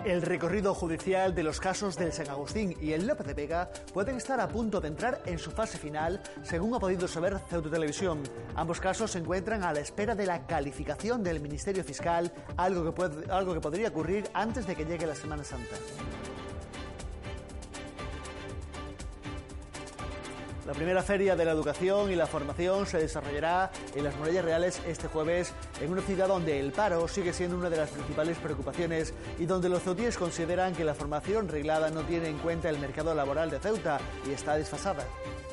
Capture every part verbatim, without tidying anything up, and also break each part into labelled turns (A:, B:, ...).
A: El recorrido judicial de los casos del San Agustín y el Lope de Vega pueden estar a punto de entrar en su fase final, según ha podido saber Ceuta Televisión. Ambos casos se encuentran a la espera de la calificación del Ministerio Fiscal, algo que, puede, algo que podría ocurrir antes de que llegue la Semana Santa. La primera feria de la educación y la formación se desarrollará en las Murallas Reales este jueves, en una ciudad donde el paro sigue siendo una de las principales preocupaciones y donde los ceutíes consideran que la formación reglada no tiene en cuenta el mercado laboral de Ceuta y está desfasada.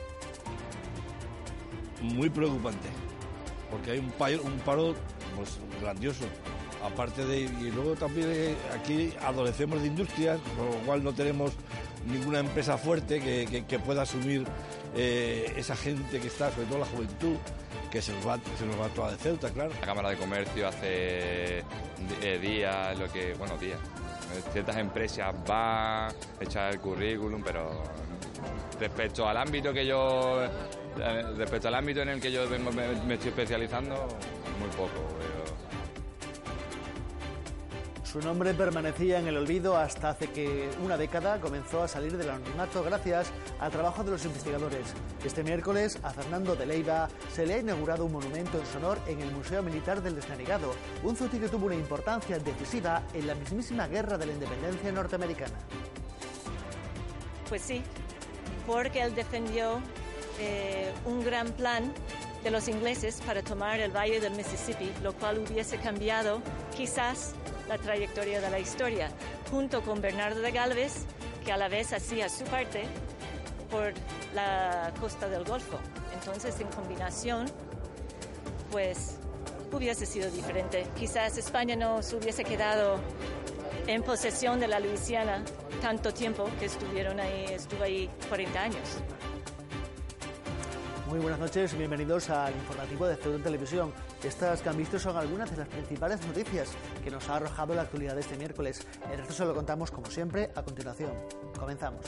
B: Muy preocupante, porque hay un paro, un paro pues, grandioso. Aparte de, y luego también aquí adolecemos de industrias, con lo cual no tenemos ninguna empresa fuerte que, que, que pueda asumir eh, esa gente que está, sobre todo la juventud, que se nos va, se nos va toda de Ceuta, claro.
C: La Cámara de Comercio hace eh, días, lo que, bueno, días, ciertas empresas van a echar el currículum, pero respecto al ámbito que yo, respecto al ámbito en el que yo me, me estoy especializando, muy poco. Pero...
A: Su nombre permanecía en el olvido hasta hace que una década comenzó a salir del anonimato gracias al trabajo de los investigadores. Este miércoles a Fernando de Leiva se le ha inaugurado un monumento en su honor en el Museo Militar del Desnarigado, un ceutí que tuvo una importancia decisiva en la mismísima guerra de la independencia norteamericana.
D: Pues sí, porque él defendió eh, un gran plan de los ingleses para tomar el Valle del Mississippi, lo cual hubiese cambiado quizás la trayectoria de la historia, junto con Bernardo de Galvez, que a la vez hacía su parte por la costa del Golfo. Entonces, en combinación, pues hubiese sido diferente. Quizás España no se hubiese quedado en posesión de la Luisiana tanto tiempo, que estuvieron ahí, estuvo ahí cuarenta años.
A: Muy buenas noches, bienvenidos al informativo de Ceuta Televisión. Estas que han visto son algunas de las principales noticias que nos ha arrojado la actualidad de este miércoles. El resto se lo contamos, como siempre, a continuación. Comenzamos.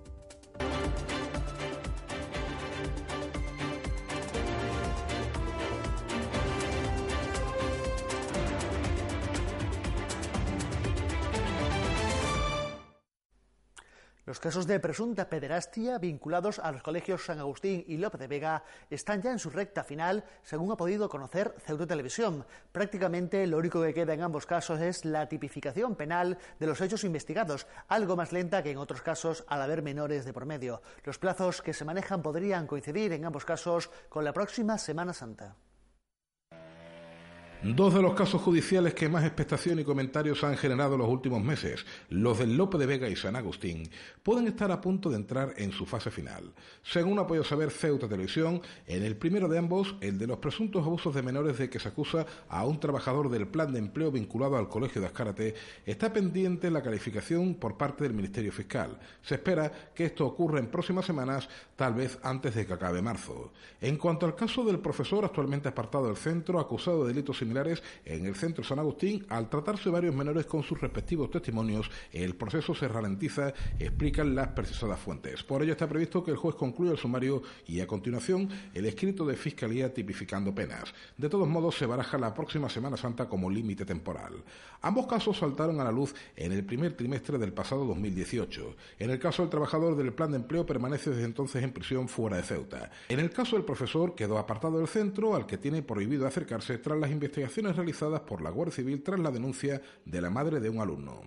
A: Los casos de presunta pederastia vinculados a los colegios San Agustín y Lope de Vega están ya en su recta final, según ha podido conocer Ceuta Televisión. Prácticamente lo único que queda en ambos casos es la tipificación penal de los hechos investigados, algo más lenta que en otros casos al haber menores de por medio. Los plazos que se manejan podrían coincidir en ambos casos con la próxima Semana Santa.
E: Dos de los casos judiciales que más expectación y comentarios han generado en los últimos meses, los del Lope de Vega y San Agustín, pueden estar a punto de entrar en su fase final. Según ha podido saber Ceuta Televisión, en el primero de ambos, el de los presuntos abusos de menores de que se acusa a un trabajador del plan de empleo vinculado al Colegio de Azcárate, está pendiente la calificación por parte del Ministerio Fiscal. Se espera que esto ocurra en próximas semanas, tal vez antes de que acabe marzo. En cuanto al caso del profesor actualmente apartado del centro, acusado de delitos similares en el centro San Agustín, al tratarse varios menores con sus respectivos testimonios, el proceso se ralentiza, explican las precisadas fuentes. Por ello está previsto que el juez concluya el sumario y a continuación el escrito de Fiscalía tipificando penas. De todos modos, se baraja la próxima Semana Santa como límite temporal. Ambos casos saltaron a la luz en el primer trimestre del pasado dos mil dieciocho. En el caso del trabajador del plan de empleo permanece desde entonces en prisión fuera de Ceuta. En el caso del profesor quedó apartado del centro, al que tiene prohibido acercarse tras las investigaciones realizadas por la Guardia Civil tras la denuncia de la madre de un alumno.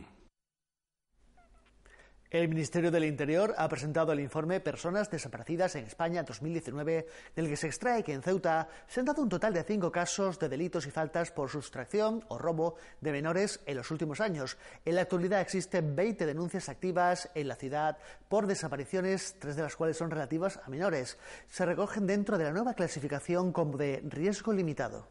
A: El Ministerio del Interior ha presentado el informe Personas desaparecidas en España dos mil diecinueve, del que se extrae que en Ceuta se han dado un total de cinco casos de delitos y faltas por sustracción o robo de menores en los últimos años. En la actualidad existen veinte denuncias activas en la ciudad por desapariciones, tres de las cuales son relativas a menores. Se recogen dentro de la nueva clasificación como de riesgo limitado.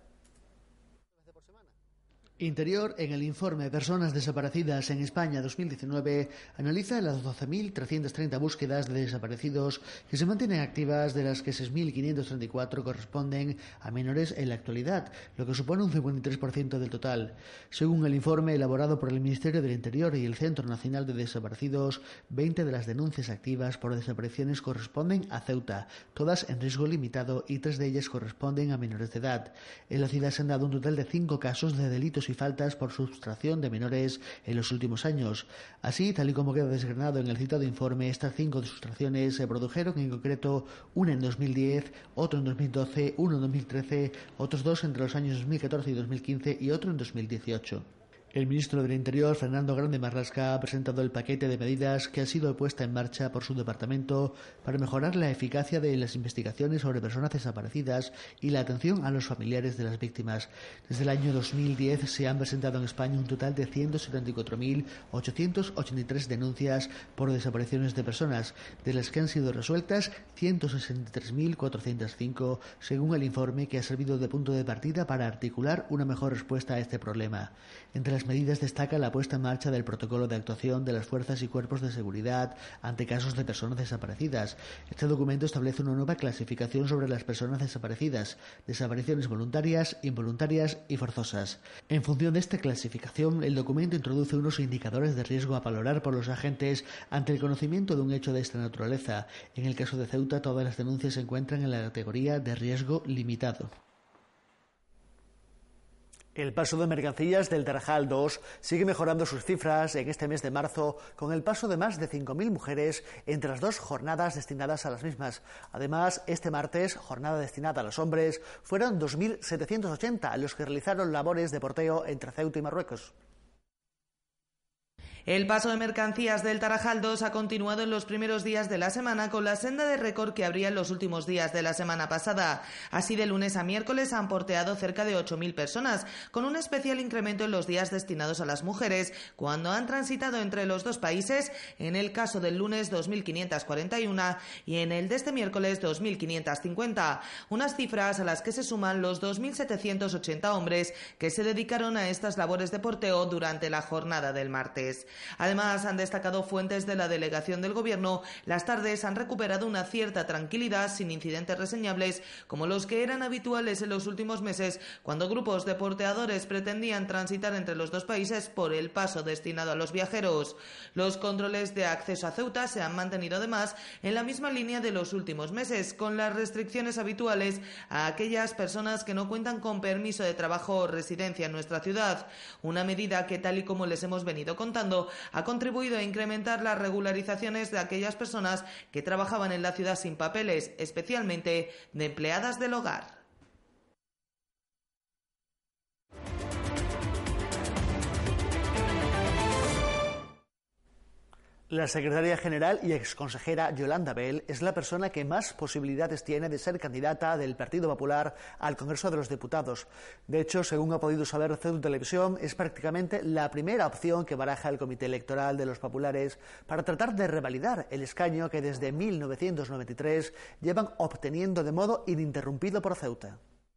A: Interior, en el informe Personas desaparecidas en España dos mil diecinueve, analiza las doce mil trescientas treinta búsquedas de desaparecidos que se mantienen activas, de las que seis mil quinientas treinta y cuatro corresponden a menores en la actualidad, lo que supone un cincuenta y tres por ciento del total. Según el informe elaborado por el Ministerio del Interior y el Centro Nacional de Desaparecidos, veinte de las denuncias activas por desapariciones corresponden a Ceuta, todas en riesgo limitado, y tres de ellas corresponden a menores de edad. En la ciudad se han dado un total de cinco casos de delitos y faltas por sustracción de menores en los últimos años. Así, tal y como queda desgranado en el citado informe, estas cinco sustracciones se produjeron, en concreto una en dos mil diez, otro en dos mil doce, uno en dos mil trece, otros dos entre los años dos mil catorce y dos mil quince y otro en dos mil dieciocho. El ministro del Interior, Fernando Grande Marlasca, ha presentado el paquete de medidas que ha sido puesta en marcha por su departamento para mejorar la eficacia de las investigaciones sobre personas desaparecidas y la atención a los familiares de las víctimas. Desde el año dos mil diez se han presentado en España un total de ciento setenta y cuatro mil ochocientas ochenta y tres denuncias por desapariciones de personas, de las que han sido resueltas ciento sesenta y tres mil cuatrocientas cinco, según el informe que ha servido de punto de partida para articular una mejor respuesta a este problema. Entre las medidas destaca la puesta en marcha del protocolo de actuación de las fuerzas y cuerpos de seguridad ante casos de personas desaparecidas. Este documento establece una nueva clasificación sobre las personas desaparecidas: desapariciones voluntarias, involuntarias y forzosas. En función de esta clasificación, el documento introduce unos indicadores de riesgo a valorar por los agentes ante el conocimiento de un hecho de esta naturaleza. En el caso de Ceuta, todas las denuncias se encuentran en la categoría de riesgo limitado. El paso de mercancías del Tarajal dos sigue mejorando sus cifras en este mes de marzo, con el paso de más de cinco mil mujeres entre las dos jornadas destinadas a las mismas. Además, este martes, jornada destinada a los hombres, fueron dos mil setecientos ochenta los que realizaron labores de porteo entre Ceuta y Marruecos.
F: El paso de mercancías del Tarajal dos ha continuado en los primeros días de la semana con la senda de récord que abría en los últimos días de la semana pasada. Así, de lunes a miércoles han porteado cerca de ocho mil personas, con un especial incremento en los días destinados a las mujeres, cuando han transitado entre los dos países, en el caso del lunes dos mil quinientas cuarenta y uno y en el de este miércoles dos mil quinientas cincuenta, unas cifras a las que se suman los dos mil setecientos ochenta hombres que se dedicaron a estas labores de porteo durante la jornada del martes. Además, han destacado fuentes de la delegación del Gobierno, las tardes han recuperado una cierta tranquilidad sin incidentes reseñables como los que eran habituales en los últimos meses, cuando grupos de porteadores pretendían transitar entre los dos países por el paso destinado a los viajeros. Los controles de acceso a Ceuta se han mantenido además en la misma línea de los últimos meses, con las restricciones habituales a aquellas personas que no cuentan con permiso de trabajo o residencia en nuestra ciudad, una medida que, tal y como les hemos venido contando, ha contribuido a incrementar las regularizaciones de aquellas personas que trabajaban en la ciudad sin papeles, especialmente de empleadas del hogar.
A: La secretaria general y exconsejera Yolanda Bell es la persona que más posibilidades tiene de ser candidata del Partido Popular al Congreso de los Diputados. De hecho, según ha podido saber Ceuta Televisión, es prácticamente la primera opción que baraja el Comité Electoral de los Populares para tratar de revalidar el escaño que desde mil novecientos noventa y tres llevan obteniendo de modo ininterrumpido por Ceuta.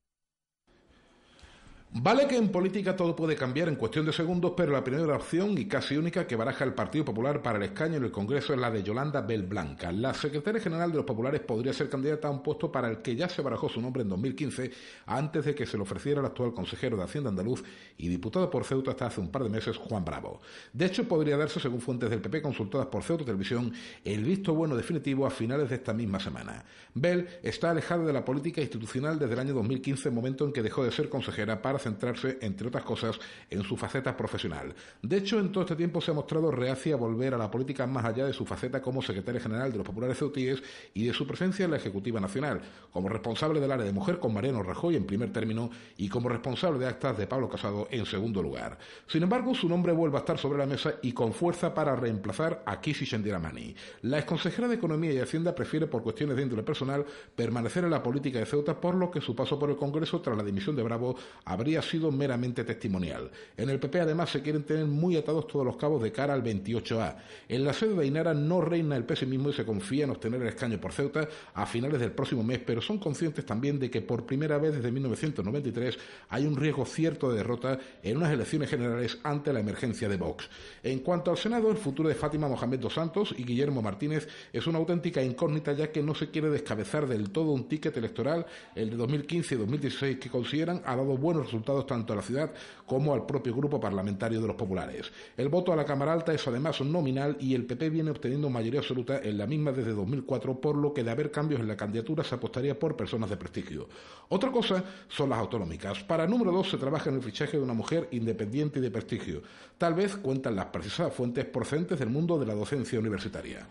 E: Vale que en política todo puede cambiar en cuestión de segundos, pero la primera opción y casi única que baraja el Partido Popular para el escaño en el Congreso es la de Yolanda Bell Blanca. La secretaria general de los Populares podría ser candidata a un puesto para el que ya se barajó su nombre en dos mil quince, antes de que se le ofreciera al actual consejero de Hacienda andaluz y diputado por Ceuta hasta hace un par de meses, Juan Bravo. De hecho, podría darse, según fuentes del P P consultadas por Ceuta Televisión, el visto bueno definitivo a finales de esta misma semana. Bell está alejada de la política institucional desde el año dos mil quince, momento en que dejó de ser consejera para centrarse, entre otras cosas, en su faceta profesional. De hecho, en todo este tiempo se ha mostrado reacia a volver a la política más allá de su faceta como secretaria general de los Populares ceutíes y de su presencia en la Ejecutiva Nacional, como responsable del área de mujer con Mariano Rajoy en primer término y como responsable de actas de Pablo Casado en segundo lugar. Sin embargo, su nombre vuelve a estar sobre la mesa y con fuerza para reemplazar a Kisi Shendiramani. La exconsejera de Economía y Hacienda prefiere, por cuestiones de índole personal, permanecer en la política de Ceuta, por lo que su paso por el Congreso tras la dimisión de Bravo habría sido meramente testimonial. En el P P además se quieren tener muy atados todos los cabos de cara al veintiocho A. En la sede de Ainara no reina el pesimismo y se confía en obtener el escaño por Ceuta a finales del próximo mes, pero son conscientes también de que por primera vez desde mil novecientos noventa y tres hay un riesgo cierto de derrota en unas elecciones generales ante la emergencia de Vox. En cuanto al Senado, el futuro de Fátima Mohamed dos Santos y Guillermo Martínez es una auténtica incógnita, ya que no se quiere descabezar del todo un ticket electoral, el de dos mil quince y dos mil dieciséis, que consideran ha dado buenos resultados resultados tanto a la ciudad como al propio grupo parlamentario de los populares. El voto a la Cámara Alta es además nominal y el P P viene obteniendo mayoría absoluta en la misma desde dos mil cuatro, por lo que de haber cambios en la candidatura se apostaría por personas de prestigio. Otra cosa son las autonómicas. Para el número dos se trabaja en el fichaje de una mujer independiente y de prestigio. Tal vez cuentan las precisas fuentes procedentes del mundo de la docencia universitaria.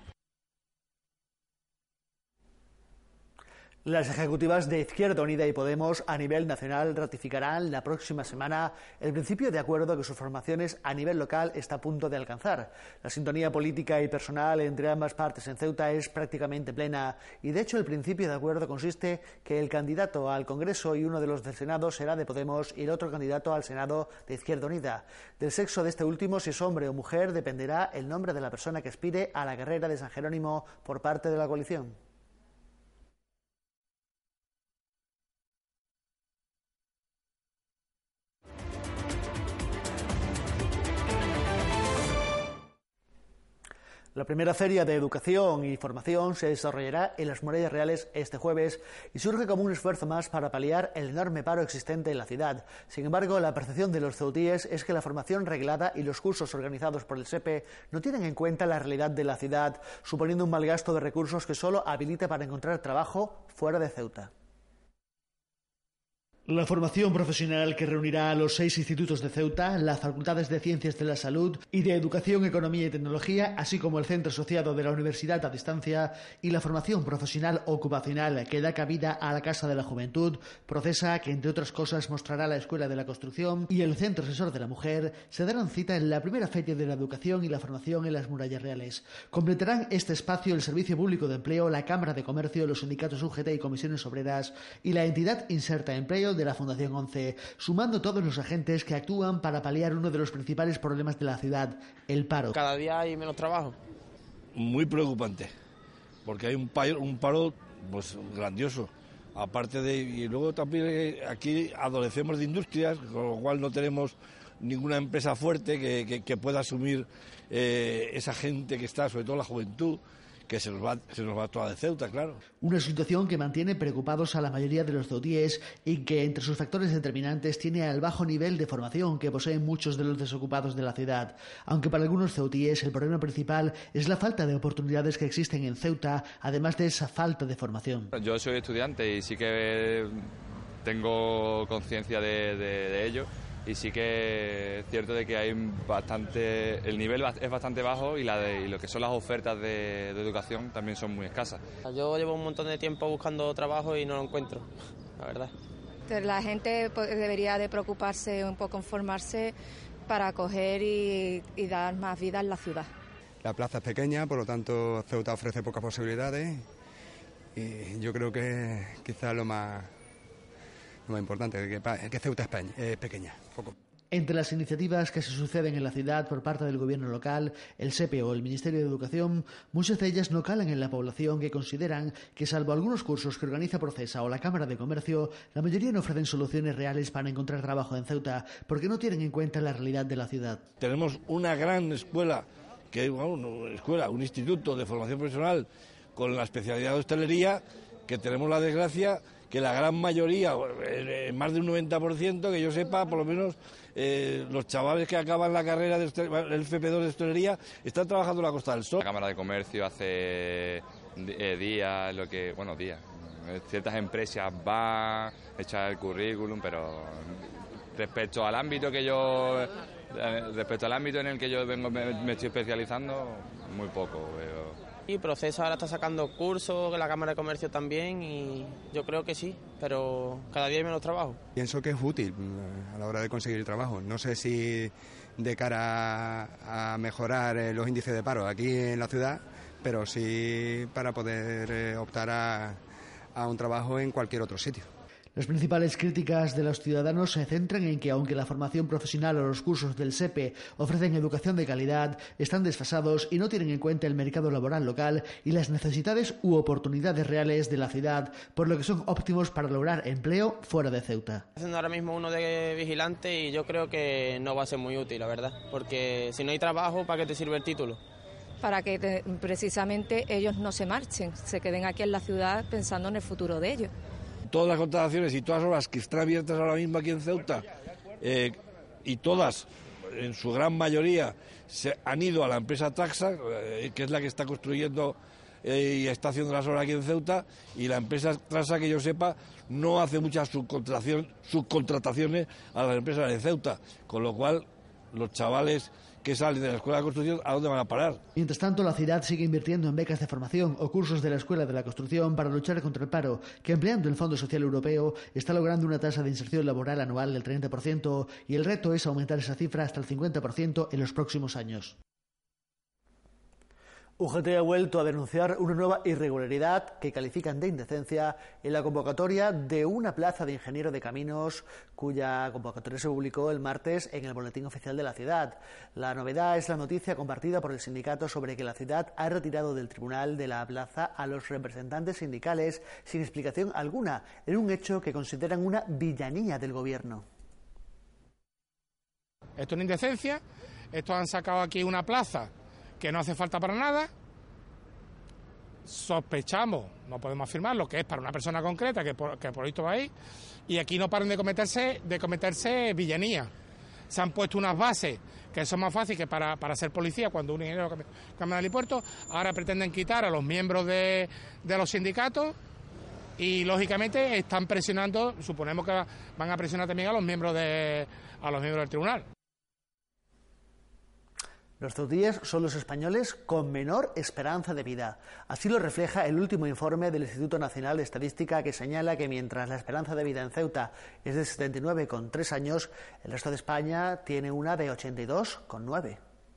A: Las ejecutivas de Izquierda Unida y Podemos a nivel nacional ratificarán la próxima semana el principio de acuerdo que sus formaciones a nivel local está a punto de alcanzar. La sintonía política y personal entre ambas partes en Ceuta es prácticamente plena y, de hecho, el principio de acuerdo consiste que el candidato al Congreso y uno de los del Senado será de Podemos y el otro candidato al Senado de Izquierda Unida. Del sexo de este último, si es hombre o mujer, dependerá el nombre de la persona que aspire a la carrera de San Jerónimo por parte de la coalición. La primera feria de educación y formación se desarrollará en las Murallas Reales este jueves y surge como un esfuerzo más para paliar el enorme paro existente en la ciudad. Sin embargo, la percepción de los ceutíes es que la formación reglada y los cursos organizados por el S E P E no tienen en cuenta la realidad de la ciudad, suponiendo un mal gasto de recursos que solo habilita para encontrar trabajo fuera de Ceuta. La formación profesional que reunirá a los seis institutos de Ceuta, las facultades de Ciencias de la Salud y de Educación, Economía y Tecnología, así como el centro asociado de la Universidad a Distancia y la formación profesional ocupacional que da cabida a la Casa de la Juventud, Procesa, que entre otras cosas mostrará la Escuela de la Construcción, y el Centro Asesor de la Mujer, se darán cita en la primera feria de la educación y la formación en las Murallas Reales. Completarán este espacio el Servicio Público de Empleo, la Cámara de Comercio, los sindicatos U G T y comisiones obreras y la entidad Inserta Empleo de la Fundación once, sumando todos los agentes que actúan para paliar uno de los principales problemas de la ciudad, el paro.
G: Cada día hay menos trabajo.
B: Muy preocupante, porque hay un paro, un paro pues grandioso. Aparte de, y luego también eh, aquí adolecemos de industrias, con lo cual no tenemos ninguna empresa fuerte que, que, que pueda asumir eh, esa gente que está, sobre todo la juventud, que se nos va, se nos va toda de Ceuta, claro.
A: Una situación que mantiene preocupados a la mayoría de los ceutíes y que entre sus factores determinantes tiene al bajo nivel de formación que poseen muchos de los desocupados de la ciudad. Aunque para algunos ceutíes el problema principal es la falta de oportunidades que existen en Ceuta, además de esa falta de formación.
C: Yo soy estudiante y sí que tengo conciencia de, de, de ello. Y sí que es cierto de que hay bastante, el nivel es bastante bajo y, la de, y lo que son las ofertas de, de educación también son muy escasas.
G: Yo llevo un montón de tiempo buscando trabajo y no lo encuentro, la verdad.
H: La gente debería de preocuparse un poco en formarse para acoger y, y dar más vida en la ciudad.
I: La plaza es pequeña, por lo tanto Ceuta ofrece pocas posibilidades y yo creo que quizás lo más... Lo más importante es que, que Ceuta es pequeña. Poco.
A: Entre las iniciativas que se suceden en la ciudad por parte del gobierno local, el S E P E o el Ministerio de Educación, muchas de ellas no calan en la población, que consideran que, salvo algunos cursos que organiza Procesa o la Cámara de Comercio, la mayoría no ofrecen soluciones reales para encontrar trabajo en Ceuta, porque no tienen en cuenta la realidad de la ciudad.
B: Tenemos una gran escuela, que bueno, una escuela, un instituto de formación profesional con la especialidad de hostelería, que tenemos la desgracia que la gran mayoría, más de un noventa por ciento, que yo sepa, por lo menos eh, los chavales que acaban la carrera del F P dos de hostelería están trabajando en la Costa del Sol.
C: La Cámara de Comercio hace eh, días, lo que, bueno, días, ciertas empresas van a echar el currículum, pero respecto al ámbito que yo, respecto al ámbito en el que yo vengo, me, me estoy especializando, muy poco veo.
G: Y Procesa ahora está sacando cursos, la Cámara de Comercio también, y yo creo que sí, pero cada día hay menos trabajo.
I: Pienso que es útil a la hora de conseguir trabajo. No sé si de cara a mejorar los índices de paro aquí en la ciudad, pero sí para poder optar a, a un trabajo en cualquier otro sitio.
A: Las principales críticas de los ciudadanos se centran en que, aunque la formación profesional o los cursos del S E P E ofrecen educación de calidad, están desfasados y no tienen en cuenta el mercado laboral local y las necesidades u oportunidades reales de la ciudad, por lo que son óptimos para lograr empleo fuera de Ceuta.
G: Estoy haciendo ahora mismo uno de vigilante y yo creo que no va a ser muy útil, la verdad, porque si no hay trabajo, ¿para qué te sirve el título?
H: Para que te, precisamente ellos no se marchen, se queden aquí en la ciudad pensando en el futuro de ellos.
B: todas las contrataciones y todas las obras que están abiertas ahora mismo aquí en Ceuta, eh, y todas, en su gran mayoría, se han ido a la empresa Taxa, eh, que es la que está construyendo eh, y está haciendo las obras aquí en Ceuta, y la empresa Taxa, que yo sepa, no hace muchas subcontratación, subcontrataciones a las empresas de Ceuta, con lo cual los chavales que salen de la Escuela de Construcción, ¿a dónde van a parar?
A: Mientras tanto, la ciudad sigue invirtiendo en becas de formación o cursos de la Escuela de la Construcción para luchar contra el paro, que empleando el Fondo Social Europeo está logrando una tasa de inserción laboral anual del treinta por ciento, y el reto es aumentar esa cifra hasta el cincuenta por ciento en los próximos años. U G T ha vuelto a denunciar una nueva irregularidad que califican de indecencia en la convocatoria de una plaza de ingeniero de caminos, cuya convocatoria se publicó el martes en el Boletín Oficial de la ciudad. La novedad es la noticia compartida por el sindicato sobre que la ciudad ha retirado del tribunal de la plaza a los representantes sindicales sin explicación alguna, en un hecho que consideran una villanía del gobierno.
J: Esto es una indecencia. Estos han sacado aquí una plaza que no hace falta para nada. Sospechamos, no podemos afirmarlo, que es para una persona concreta que por, que por esto va ahí, y aquí no paran de cometerse, de cometerse villanías. Se han puesto unas bases que son más fáciles que para, para ser policía cuando un ingeniero cambia de helipuerto. Ahora pretenden quitar a los miembros de, de los sindicatos y lógicamente están presionando, suponemos que van a presionar también a los miembros de a los miembros del tribunal.
A: Los ceutíes son los españoles con menor esperanza de vida. Así lo refleja el último informe del Instituto Nacional de Estadística, que señala que mientras la esperanza de vida en Ceuta es de setenta y nueve coma tres años, el resto de España tiene una de ochenta y dos coma nueve.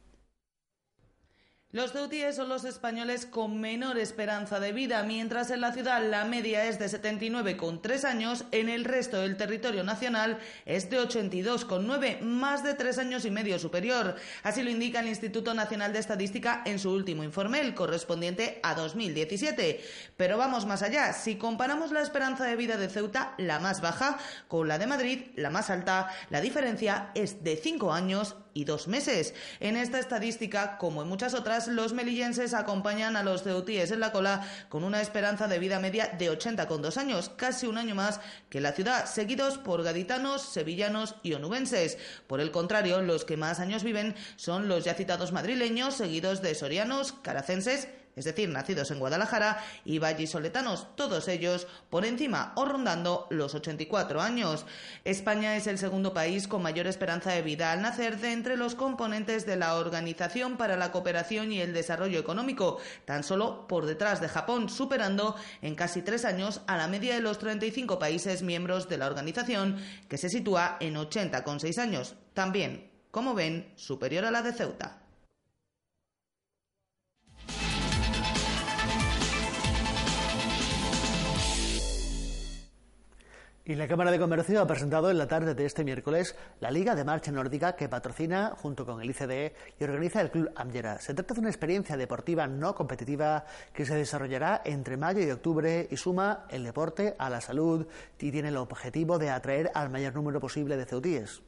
F: Los ceutíes son los españoles con menor esperanza de vida, mientras en la ciudad la media es de setenta y nueve coma tres años, en el resto del territorio nacional es de ochenta y dos coma nueve, más de tres años y medio superior. Así lo indica el Instituto Nacional de Estadística en su último informe, el correspondiente a dos mil diecisiete. Pero vamos más allá. Si comparamos la esperanza de vida de Ceuta, la más baja, con la de Madrid, la más alta, la diferencia es de cinco años y dos meses. En esta estadística, como en muchas otras, los melillenses acompañan a los ceutíes en la cola con una esperanza de vida media de ochenta coma dos años, casi un año más que la ciudad, seguidos por gaditanos, sevillanos y onubenses. Por el contrario, los que más años viven son los ya citados madrileños, seguidos de sorianos, caracenses, es decir, nacidos en Guadalajara, y vallisoletanos, todos ellos por encima o rondando los ochenta y cuatro años. España es el segundo país con mayor esperanza de vida al nacer de entre los componentes de la Organización para la Cooperación y el Desarrollo Económico, tan solo por detrás de Japón, superando en casi tres años a la media de los treinta y cinco países miembros de la organización, que se sitúa en ochenta coma seis años, también, como ven, superior a la de Ceuta.
A: Y la Cámara de Comercio ha presentado en la tarde de este miércoles la Liga de Marcha Nórdica, que patrocina junto con el I C D y organiza el Club Amgera. Se trata de una experiencia deportiva no competitiva que se desarrollará entre mayo y octubre y suma el deporte a la salud y tiene el objetivo de atraer al mayor número posible de ceutíes.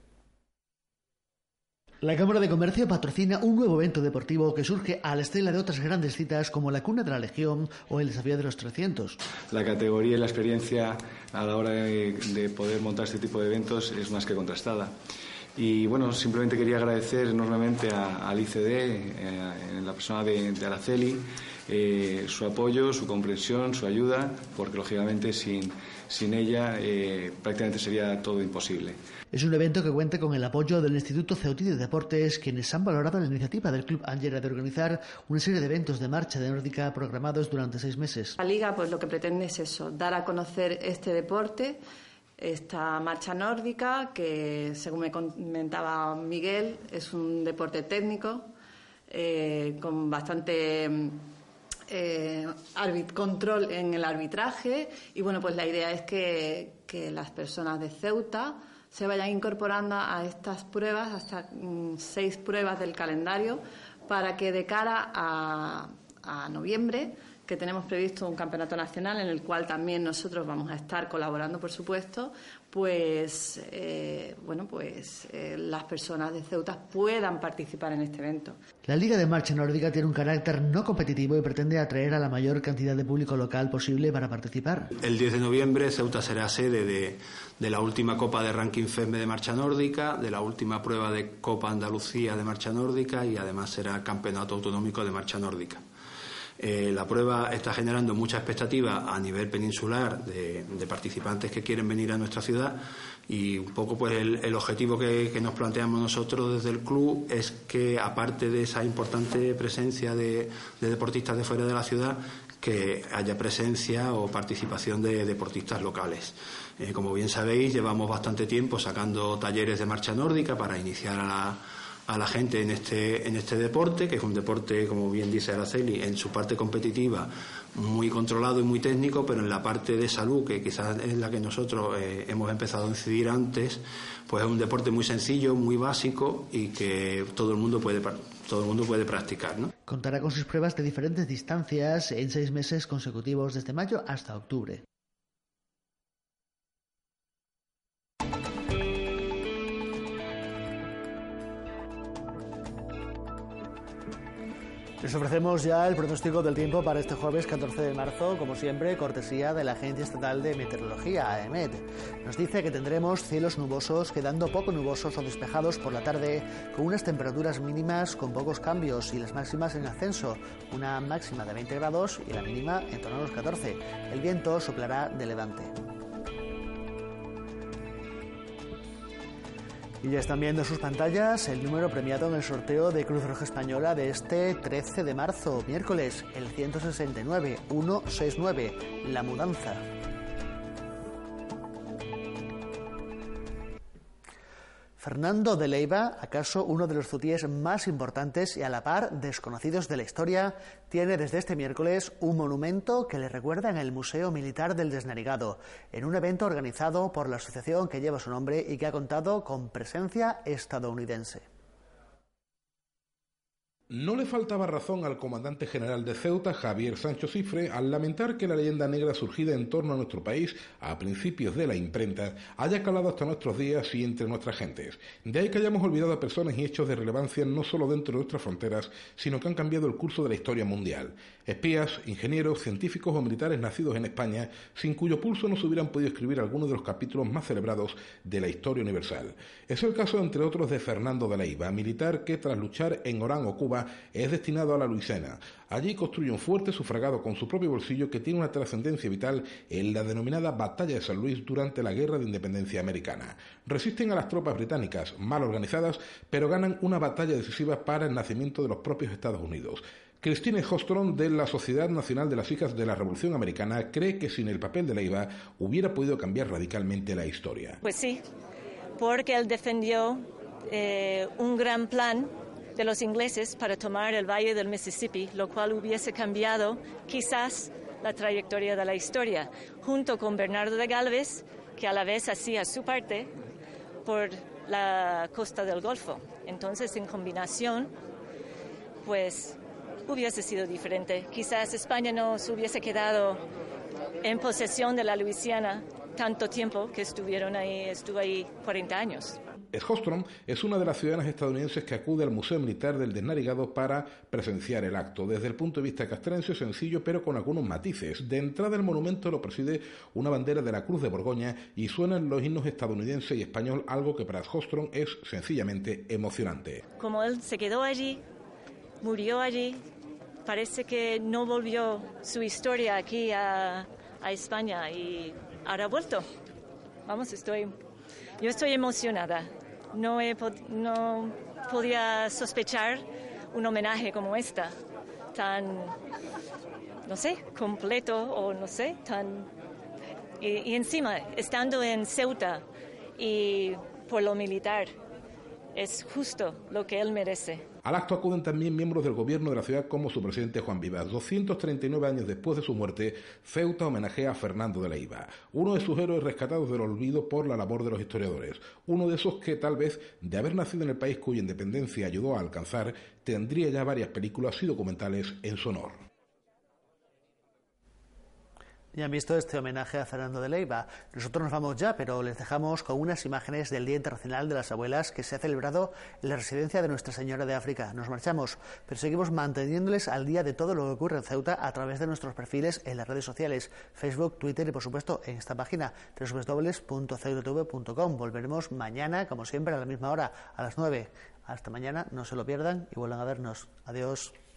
A: La Cámara de Comercio patrocina un nuevo evento deportivo que surge a la estela de otras grandes citas como la Cuna de la Legión o el Desafío de los trescientos.
K: La categoría y la experiencia a la hora de, de poder montar este tipo de eventos es más que contrastada. Y bueno, simplemente quería agradecer enormemente a, al I C D, eh, en la persona de, de Araceli, eh, su apoyo, su comprensión, su ayuda, porque lógicamente sin, sin ella eh, prácticamente sería todo imposible.
A: Es un evento que cuenta con el apoyo del Instituto Ceutí de Deportes, quienes han valorado la iniciativa del Club Amgera de organizar una serie de eventos de marcha de nórdica programados durante seis meses.
L: La Liga pues lo que pretende es eso, dar a conocer este deporte, esta marcha nórdica, que según me comentaba Miguel, es un deporte técnico, eh, con bastante eh, arbit- control en el arbitraje, y bueno, pues la idea es que, que las personas de Ceuta se vayan incorporando a estas pruebas, hasta mm, seis pruebas del calendario, para que de cara a, a noviembre que tenemos previsto un campeonato nacional en el cual también nosotros vamos a estar colaborando, por supuesto, pues eh, bueno, pues eh, las personas de Ceuta puedan participar en este evento.
A: La Liga de Marcha Nórdica tiene un carácter no competitivo y pretende atraer a la mayor cantidad de público local posible para participar.
M: El diez de noviembre Ceuta será sede de, de la última Copa de Ranking FESME de Marcha Nórdica, de la última prueba de Copa Andalucía de Marcha Nórdica y además será Campeonato Autonómico de Marcha Nórdica. Eh, la prueba está generando mucha expectativa a nivel peninsular de, de participantes que quieren venir a nuestra ciudad y un poco pues el, el objetivo que, que nos planteamos nosotros desde el club es que aparte de esa importante presencia de, de deportistas de fuera de la ciudad, que haya presencia o participación de deportistas locales. Eh, como bien sabéis, llevamos bastante tiempo sacando talleres de marcha nórdica para iniciar a la a la gente en este en este deporte, que es un deporte, como bien dice Araceli, en su parte competitiva muy controlado y muy técnico, pero en la parte de salud, que quizás es la que nosotros eh, hemos empezado a incidir antes, pues es un deporte muy sencillo, muy básico y que todo el mundo puede todo el mundo puede practicar, ¿no?
A: Contará con sus pruebas de diferentes distancias en seis meses consecutivos desde mayo hasta octubre. Les ofrecemos ya el pronóstico del tiempo para este jueves catorce de marzo, como siempre, cortesía de la Agencia Estatal de Meteorología, AEMET. Nos dice que tendremos cielos nubosos, quedando poco nubosos o despejados por la tarde, con unas temperaturas mínimas con pocos cambios y las máximas en ascenso, una máxima de veinte grados y la mínima en torno a los catorce. El viento soplará de levante. Y ya están viendo en sus pantallas el número premiado en el sorteo de Cruz Roja Española de este trece de marzo, miércoles, el ciento sesenta y nueve, ciento sesenta y nueve, La Mudanza. Fernando de Leiva, acaso uno de los zutíes más importantes y a la par desconocidos de la historia, tiene desde este miércoles un monumento que le recuerda en el Museo Militar del Desnarigado, en un evento organizado por la asociación que lleva su nombre y que ha contado con presencia estadounidense.
E: No le faltaba razón al comandante general de Ceuta, Javier Sancho Cifre, al lamentar que la leyenda negra surgida en torno a nuestro país a principios de la imprenta haya calado hasta nuestros días y entre nuestras gentes. De ahí que hayamos olvidado a personas y hechos de relevancia no solo dentro de nuestras fronteras, sino que han cambiado el curso de la historia mundial. Espías, ingenieros, científicos o militares nacidos en España, sin cuyo pulso no se hubieran podido escribir algunos de los capítulos más celebrados de la historia universal. Es el caso, entre otros, de Fernando de Leiva, militar que tras luchar en Orán o Cuba es destinado a la Luisiana. Allí construye un fuerte sufragado con su propio bolsillo que tiene una trascendencia vital en la denominada Batalla de San Luis durante la Guerra de Independencia Americana. Resisten a las tropas británicas, mal organizadas, pero ganan una batalla decisiva para el nacimiento de los propios Estados Unidos. Christine Hostrom, de la Sociedad Nacional de las Hijas de la Revolución Americana, cree que sin el papel de Leiva hubiera podido cambiar radicalmente la historia.
D: Pues sí, porque él defendió eh, un gran plan de los ingleses para tomar el valle del Mississippi, lo cual hubiese cambiado quizás la trayectoria de la historia, junto con Bernardo de Galvez, que a la vez hacía su parte por la costa del Golfo. Entonces, en combinación, pues hubiese sido diferente. Quizás España no se hubiese quedado en posesión de la Luisiana tanto tiempo, que estuvieron ahí, estuvo ahí cuarenta años.
E: Hostrom es una de las ciudadanas estadounidenses que acude al Museo Militar del Desnarigado para presenciar el acto. Desde el punto de vista castrense, sencillo pero con algunos matices. De entrada, el monumento lo preside una bandera de la Cruz de Borgoña y suenan los himnos estadounidense y español, algo que para Hostrom es sencillamente emocionante.
D: Como él se quedó allí, murió allí, parece que no volvió su historia aquí a, a España y ahora ha vuelto. Vamos, estoy... Yo estoy emocionada. No, he, no podía sospechar un homenaje como esta, tan, no sé, completo o no sé, tan... Y, y encima, estando en Ceuta y por lo militar, es justo lo que él merece.
E: Al acto acuden también miembros del gobierno de la ciudad como su presidente Juan Vivas. doscientos treinta y nueve años después de su muerte, Ceuta homenajea a Fernando de Leiva, uno de sus héroes rescatados del olvido por la labor de los historiadores, uno de esos que tal vez, de haber nacido en el país cuya independencia ayudó a alcanzar, tendría ya varias películas y documentales en su honor.
A: Ya han visto este homenaje a Fernando de Leiva. Nosotros nos vamos ya, pero les dejamos con unas imágenes del Día Internacional de las Abuelas que se ha celebrado en la residencia de Nuestra Señora de África. Nos marchamos, pero seguimos manteniéndoles al día de todo lo que ocurre en Ceuta a través de nuestros perfiles en las redes sociales, Facebook, Twitter y por supuesto en esta página doble u doble u doble u punto ceuta t v punto com. Volveremos mañana, como siempre, a la misma hora, a las nueve. Hasta mañana, no se lo pierdan y vuelvan a vernos. Adiós.